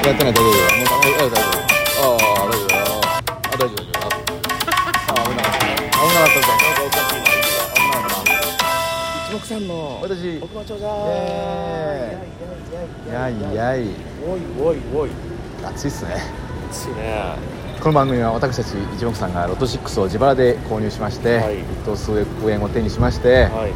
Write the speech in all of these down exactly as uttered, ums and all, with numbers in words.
やってない、大丈夫よ。もう大丈夫、大丈夫。ああ、大丈夫よ。あ、大丈夫、大丈夫。あ、危なかった。危なかった。危なかった。 一目散の私、 奥間長者。 やいやい。 おいおいおい。 暑いっすね。 暑いね。 この番組は私たち一目散がロトろくを自腹で購入しまして、 はい、 一等数億円を手にしまして、はい、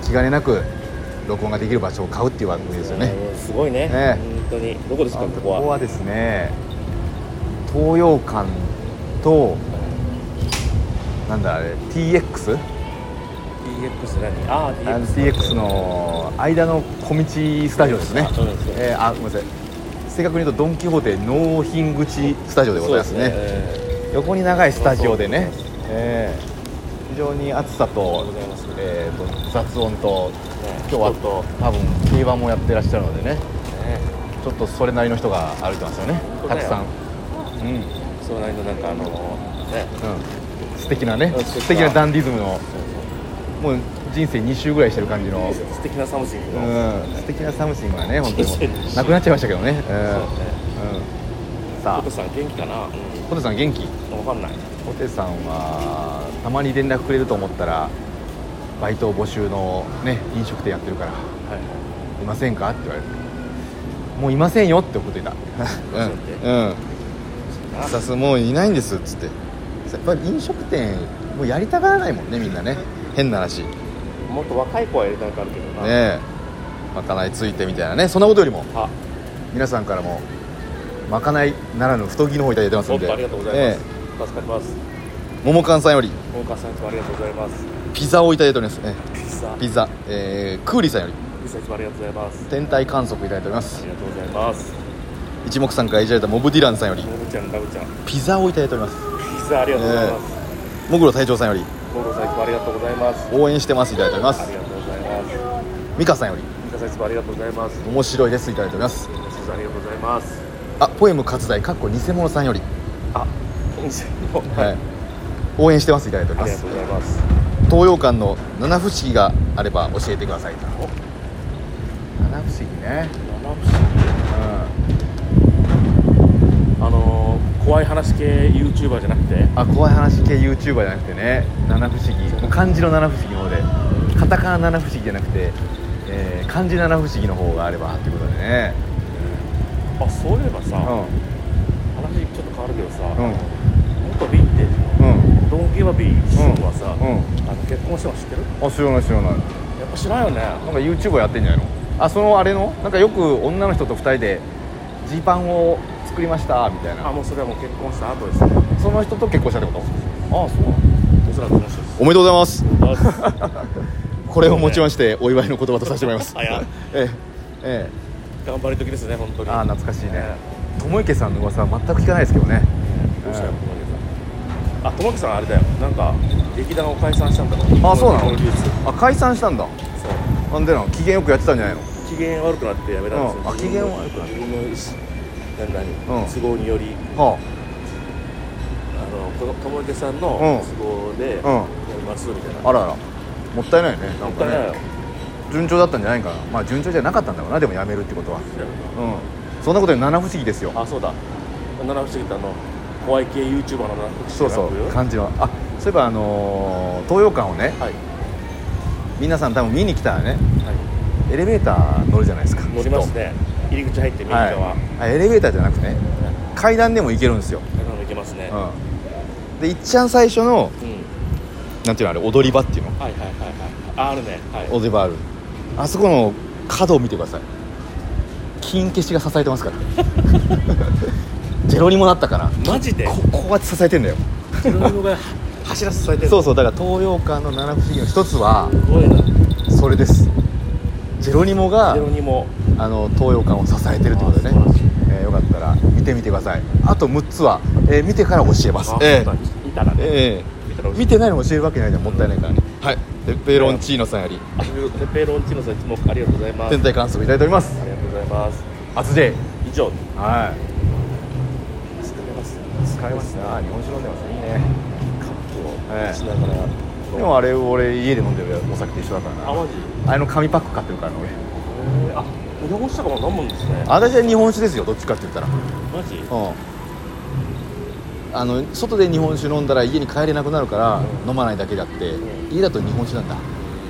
気兼ねなく録音ができる場所を買うっていう番組ですよね。 すごいね。ね、本当に。どこですか、ここは。 ここはですね、東洋館となんだあれ ティーエックス？ ティーエックス 何？ああ、ティーエックス。 ティーエックス の間の小道スタジオですね。 そうですね。 えー、あ、ごめんなさい。正確に言うとドン・キホーテ納品口スタジオでございますね。すね。横に長いスタジオでね、えー、非常に暑さと、えー、と雑音と、ね、今日は多分競馬もやってらっしゃるのでね、ね、ちょっとそれなりの人が歩いてますよね、たくさん。うん、 それなりのなんかあのね、 うん、素敵なね、素敵なダンディズムの、もう人生に周ぐらいしてる感じの素敵なサムシングの、 うん、素敵なサムシングがね、本当になくなっちゃいましたけどね。さあ、 ポテさん元気かな。 ポテさん元気？ わかんない。 ポテさんはたまに連絡くれると思ったら、バイト募集のね飲食店やってるから、はい、いませんかって言われて、もういませんよって送っていた。うんうん、さすもういないんですっつって。やっぱり飲食店もうやりたがらないもんね、みんなね。変な話。 もっと若い子はやりたがるけどな。 ねえ、まかないついてみたいなね。そんなことよりも皆さんからもまかないならぬ太着の方いただいてますんで、 ありがとうございます、ええ、助かります。 桃缶さんより桃缶さんいつもありがとうございます。 ピザをいただいておりますね。 ピザピザ、えー、クーリーさんよりピザいつもありがとうございます。 天体観測いただいております。 ありがとうございます。 一目散からいただいたモブディランさんよりモブちゃんラブちゃんピザをいただいております。 ピザありがとうございます、 えー、もぐろ隊長さんよりもぐろさんいつもありがとうございます。 応援してますいただいております。 ありがとうございます。 ミカさんよりミカさんいつもありがとうございます。 面白いですいただいております。 ありがとうございます。 あ、ポエム活大かっこ偽物さんよりあ、偽物、はい、 応援してますいただいております。 ありがとうございます。 東洋館の七不思議があれば教えてくださいと。七不思議ね。 七不思議、うん、あのー、怖い話系 YouTuber じゃなくて、 あ、怖い話系 YouTuber じゃなくてね、七不思議、漢字の七不思議の方で、カタカナ七不思議じゃなくて、えー、漢字七不思議の方があればということでね。 あ、そういえばさ、うん、話ちょっと変わるけどさ、うん、元ビンテージの、うん、ドンキーバビー師匠はさ、うんうん、あの結婚したの知ってる？ あ、知らない知らない。やっぱ知らんよね。 なんか YouTuber やってんじゃないの？あ、そのあれのなんかよく女の人とふたりでジーパンを作りましたみたいな。 あ、もうそれはもう結婚した後ですね。 その人と結婚したってこと？ああ、そうなの。 おそらくこの人です。 おめでとうございます。これをもちましてお祝いの言葉とさせてもらいます。 あ、やええええ、 頑張り時ですね、本当に。 ああ、懐かしいね。友池さんの噂は全く聞かないですけどね。 どうしたよ、友池さん。あ、友池さんあれだよ、なんか劇団を解散したんだろう。 あ、そうなの。あ、解散したんだ。 そう。 なんでなの？機嫌よくやってたんじゃないの？ 機嫌悪くなってやめたんですよ。 あ、機嫌悪くなって。 何何、うん、都合により、はあ、あのこの友池さんの都合でやりますみたいな、うん、あらら、もったいないね。なんかね、 もったいないよ。 順調だったんじゃないかな。まあ順調じゃなかったんだろうな、でもやめるってことは。うん、そんなことで七不思議ですよ。 あ、そうだ、七不思議ってあの怖い系 YouTuber の七不思議。 そうそう、感じは。あ、そういえばあのー、東洋館をね、はい、皆さん多分見に来たらね、はい、エレベーター乗るじゃないですか。 乗りますね。入り口入って右側、 はい、エレベーターじゃなくてね、階段でも行けるんですよ。 階段も行けますね、うん、 でいっちゃん最初の、うん、なんていうのあれ、踊り場っていうの、 はいはいはいはい、あ、あるね、はい、 踊り場ある。あそこの角を見てください。金消しが支えてますからジェロニモだったかな。 マジで？ ここが支えてんだよ。 ジェロニモが柱支えてる。 そうそう、だから東洋館の七不思議の一つはすごいな、 それです。ジェロニモがジェロニモ、 あの東洋館を支えてるってことでね、えー、よかったら見てみてください。あとむっつは、えー、見てから教えます。 えー、見たらね、 えー、見てないの教えるわけないじゃん、もったいないからね。はい、ペペロンチーノさんより、 ペペロンチーノさんいつもありがとうございます。 天体観測いただいております。 ありがとうございます。 アツデイ以上。 はい、 疲れます。 疲れますね。あ、日本酒飲んでますね。いいね。 カップをしながら、えー、でもあれ俺家で飲んでるお酒と一緒だからな。 あ、マジ？ あれの紙パック買ってるからね俺。 えー、あ、 日本酒とかも飲むんですね。 私は日本酒ですよ、どっちかって言ったら。 マジ？ うんあの外で日本酒飲んだら家に帰れなくなるから、うん、飲まないだけであって、うん、家だと日本酒なんだ。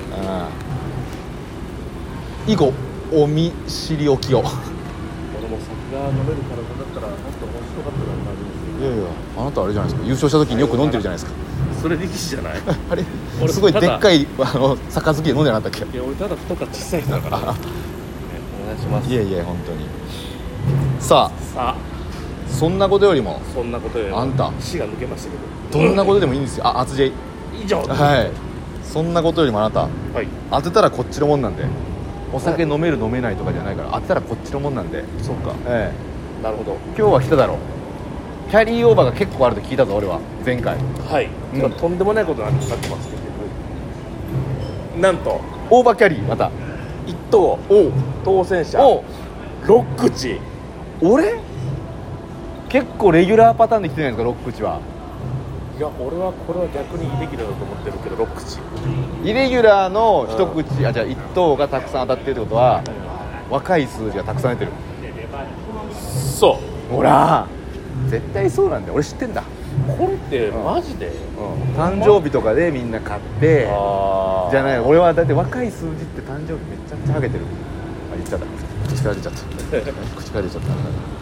以後お見知りおきを。 俺も酒が飲めるからだったらもっと面白かったなって。 いやいや、あなたあれじゃないですか、優勝した時によく飲んでるじゃないですか。 それ力士じゃない？ あれすごいでっかいあの杯で飲んでなかったっけ？ いや俺ただ太か小さい人だからお願いします。 いやいや本当に。さあさあそんなことよりもそんなことよりもあんた死が抜けましたけど、 どんなことでもいいんですよ。あ、厚 J 以上。 はい、そんなことよりもあなた、 はい、 当てたらこっちのもんなんで、お酒飲める飲めないとかじゃないから、当てたらこっちのもんなんで。 そうか、 ええ、なるほど。 今日は来ただろう。キャリーオーバーが結構あると聞いたぞ俺は前回。 はい、うん、とんでもないことになってますけど、なんとオーバーキャリーまた一等当選者ろっ口。 俺結構レギュラーパターンで来てないですかろっ口は。 いや俺はこれは逆にイレギュラーだと思ってるけどろっ口。 イレギュラーの一口、うん、あじゃあ一等がたくさん当たってるってことは、うん、若い数字がたくさん出てる。 そう、 ほら絶対そうなんだよ、俺知ってんだ。 これってマジで、うんうん、誕生日とかでみんな買ってあじゃない。俺はだって若い数字って誕生日めちゃくちゃハゲてる。あ言っちゃった口から出ちゃった口から出ちゃった、うん、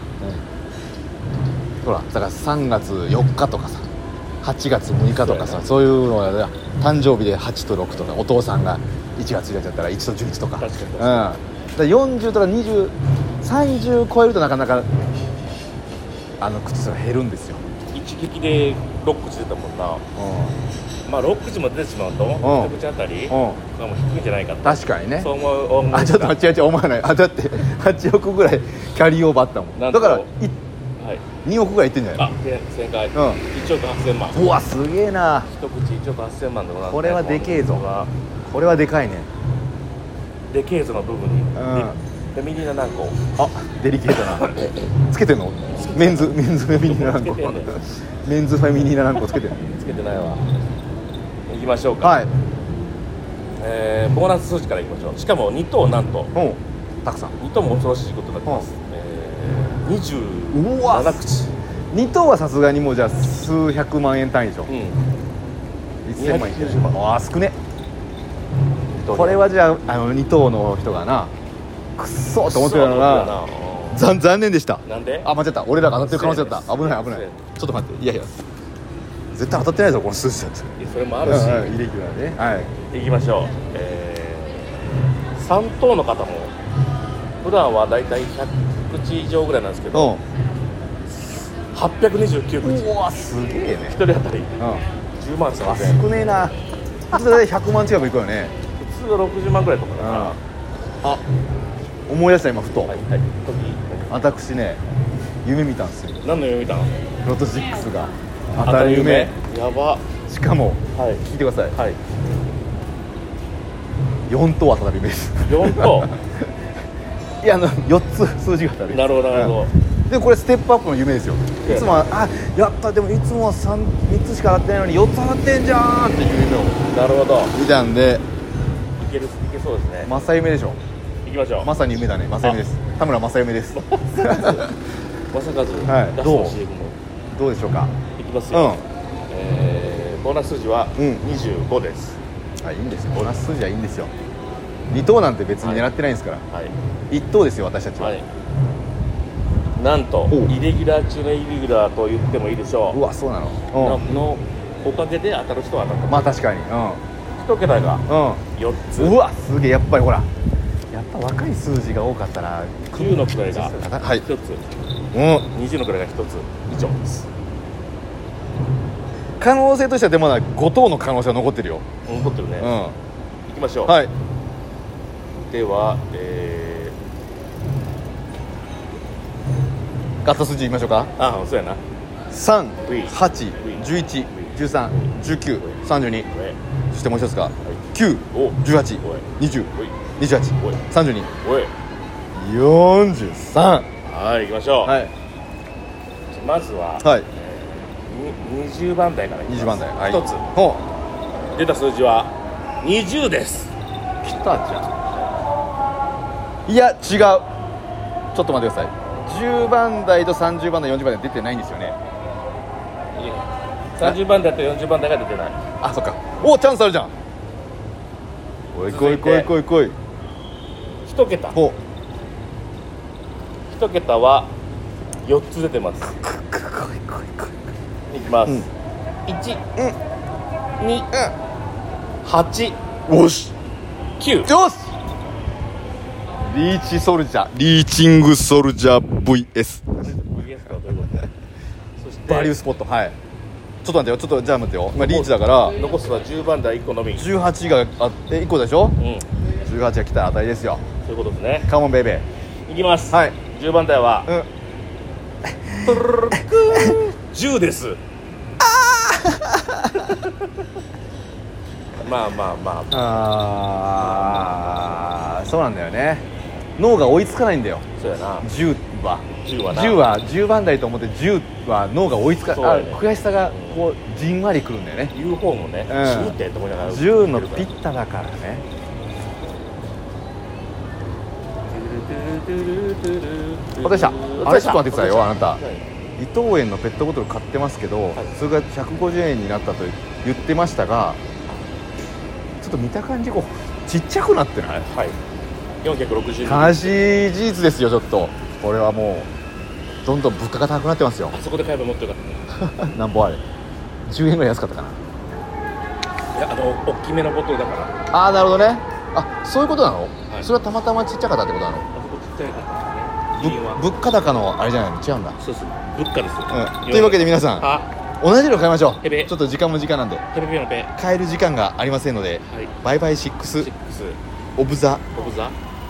ほらだからさんがつよっかとかさはちがつむいかとかさ、そう、ね、そういうのは誕生日ではちとろくとか、お父さんがいちがついちゃったらいちとじゅういちとか。 確かに確かに、 うん、だからよんじゅうとかにじゅう、さんじゅう超えるとなかなかあの口数が減るんですよ。 一撃でろっ口出たもんな、うん、まあろっ口も出てしまうといち口あたりがもう低いんじゃないかと。 確かにね。 そう思う。 あちょっと待って違う違う思わない。あだってはちおくぐらいキャリーオーバーあったもん。だからい、はい、におくぐらいいってんじゃない？あ正解、うん、いちおくはっせんまん。 うわすげえな。 一口いちおくはっせんまんでございます、ね、 これはでけえぞ。これはでかいね。 でけえぞの部分に、うん、フェミニーナ何個。 あデリケートなつけてんの？メンズメンズフェミニーナ何個メンズフェミニーナ何個つけてんの？ つけてないわ。いきましょうか。はい、えー、ボーナス数字からいきましょう。しかもに等なんとたくさんに等も恐ろしいことになってます。えー、にじゅうなな口。 に等はさすがにもうじゃあ数百万円単位でしょ。うん、せんまんいってる。ああ少ね。これはじゃあ、あのに等の人がなくっそーと思ってたのが残, 残念でした。 なんで？ あ間違った。俺らが当たってる可能性だった。危ない危ない。ちょっと待って。いやいや絶対当たってないぞこの数字だって。 それもあるし、 うんうん、イレギュラーね。はい。 いきましょう。えー、さん等の方も普段はだいたいひゃく口以上ぐらいなんですけど、うん、はっぴゃくにじゅうきゅう口。 うわすげえね。 ひとり当たり、うん、じゅうまんさんぜんえん。 少ねえな。普通でひゃくまん近くいくよね。 普通はろくじゅうまんぐらいとかだから、うん、 あ思い出した今ふと、はいはい、私ね夢見たんですよ。 何の夢見たの？ ロトシックスが当たる夢。 やば。 しかも、はい、聞いてください、はい、よん等当たる夢です。 よん等いやあのよっつ数字が当たる。 なるほどなるほど、うん、 でこれステップアップの夢ですよ。いつもはあやったでもいつもは 3, みっつしか当たってないのによっつ当たってんじゃーんっていう夢をなるほど見たんでいけるいけそうですね。 正夢でしょ。 いきましょう。 まさに夢だね。正夢です。田村正夢です。 正和、はい、 どうどうでしょうか。 いきますよ、うんえー、ボーナス数字はにじゅうごです、 うん、あいいんですよ。ボーナス数字はいいんですよ。に等なんて別に狙ってないんですから、はいはい、いち等ですよ私たちは、はい、 なんとイレギュラー中のイレギュラーと言ってもいいでしょう。 うわそうなの、 うん、のおかげで当たる人は当たった。 まあ確かに、うん、 一桁がよっつ、 うん、うわすげえ。やっぱりほらやっぱ若い数字が多かったらじゅうの位がひとつ、はい、うん、にじゅうの位がひとつ以上です。 可能性としてはでもまだご等の可能性は残ってるよ。 残ってるね、うん、いきましょう。 はい。 では、えー、ガッタ数字いきましょうか。 ああそうやな。 さん、はち、じゅういち、じゅうさん、じゅうきゅう、さんじゅうに、そしてもう一つがきゅう、じゅうはち、にじゅう、にじゅうはち、さんじゅうに、よんじゅうさん。 はい、行きましょう。はい、まずは、はい、えー、にじゅうばん台からいきます。にじゅうばん台、はい、ひとつほう出た数字はにじゅうです。 来たじゃん。 いや違う、ちょっと待ってください。じゅうばん台とさんじゅうばん台よんじゅうばん台出てないんですよね。 さんじゅうばん台とよんじゅうばん台が出てない。 あ、そっか。お、チャンスあるじゃん。おいこいこいこいこい。 一桁ほ一桁はよっつ出てます。いきます、うん、いち、うん、に、うん、はち、 よしきゅう。 よし、リーチソルジャー、リーチングソルジャー ブイエスそしてバリュースポット。はい、ちょっと待ってよ、ちょっとじゃあ待ってよ、今リーチだから残すはじゅうばん台いっこのみ。 じゅうはちがあっていっこでしょ、うん、じゅうはちが来たら当たりですよ。 そういうことですね。 カモンベイベーいきます。 はい、 じゅうばん台は、うん、じゅうです。まあまあまあああ、そうなんだよね。脳が追いつかないんだよ。 そうやな。 じゅうはじゅうはな、 じゅうはじゅうばん台と思ってじゅうは脳が追いつかない、ね、悔しさがこうじんわりくるんだよね。 言う方もね、うん、じゅうってと思いながらじゅうのピッタだからね。おでした。あれちょっと待ってくださいよ、あなた。伊藤園のペットボトル買ってますけど、はい、それがひゃくごじゅうえんになったと言ってましたが、ちょっと見た感じこうちっちゃくなってない？ はい、よんひゃくろくじゅう悲しい事実ですよ。ちょっとこれはもうどんどん物価が高くなってますよ。 あそこで買えばもっとよかったね。 なんぼあれじゅうえんぐらい安かったかな。 いや、あの大きめのボトルだから。 ああ、なるほどね。あ、そういうことなの、はい、それはたまたまちっちゃかったってことなの？ あそこちっちゃいからね。 物価高のあれじゃないの？違うんだ。 そうそう、物価ですよ、 うん、というわけで皆さん同じの買いましょう。ちょっと時間も時間なんでペペペのペ買える時間がありませんので、はい、バイバイシックスオブザオブザ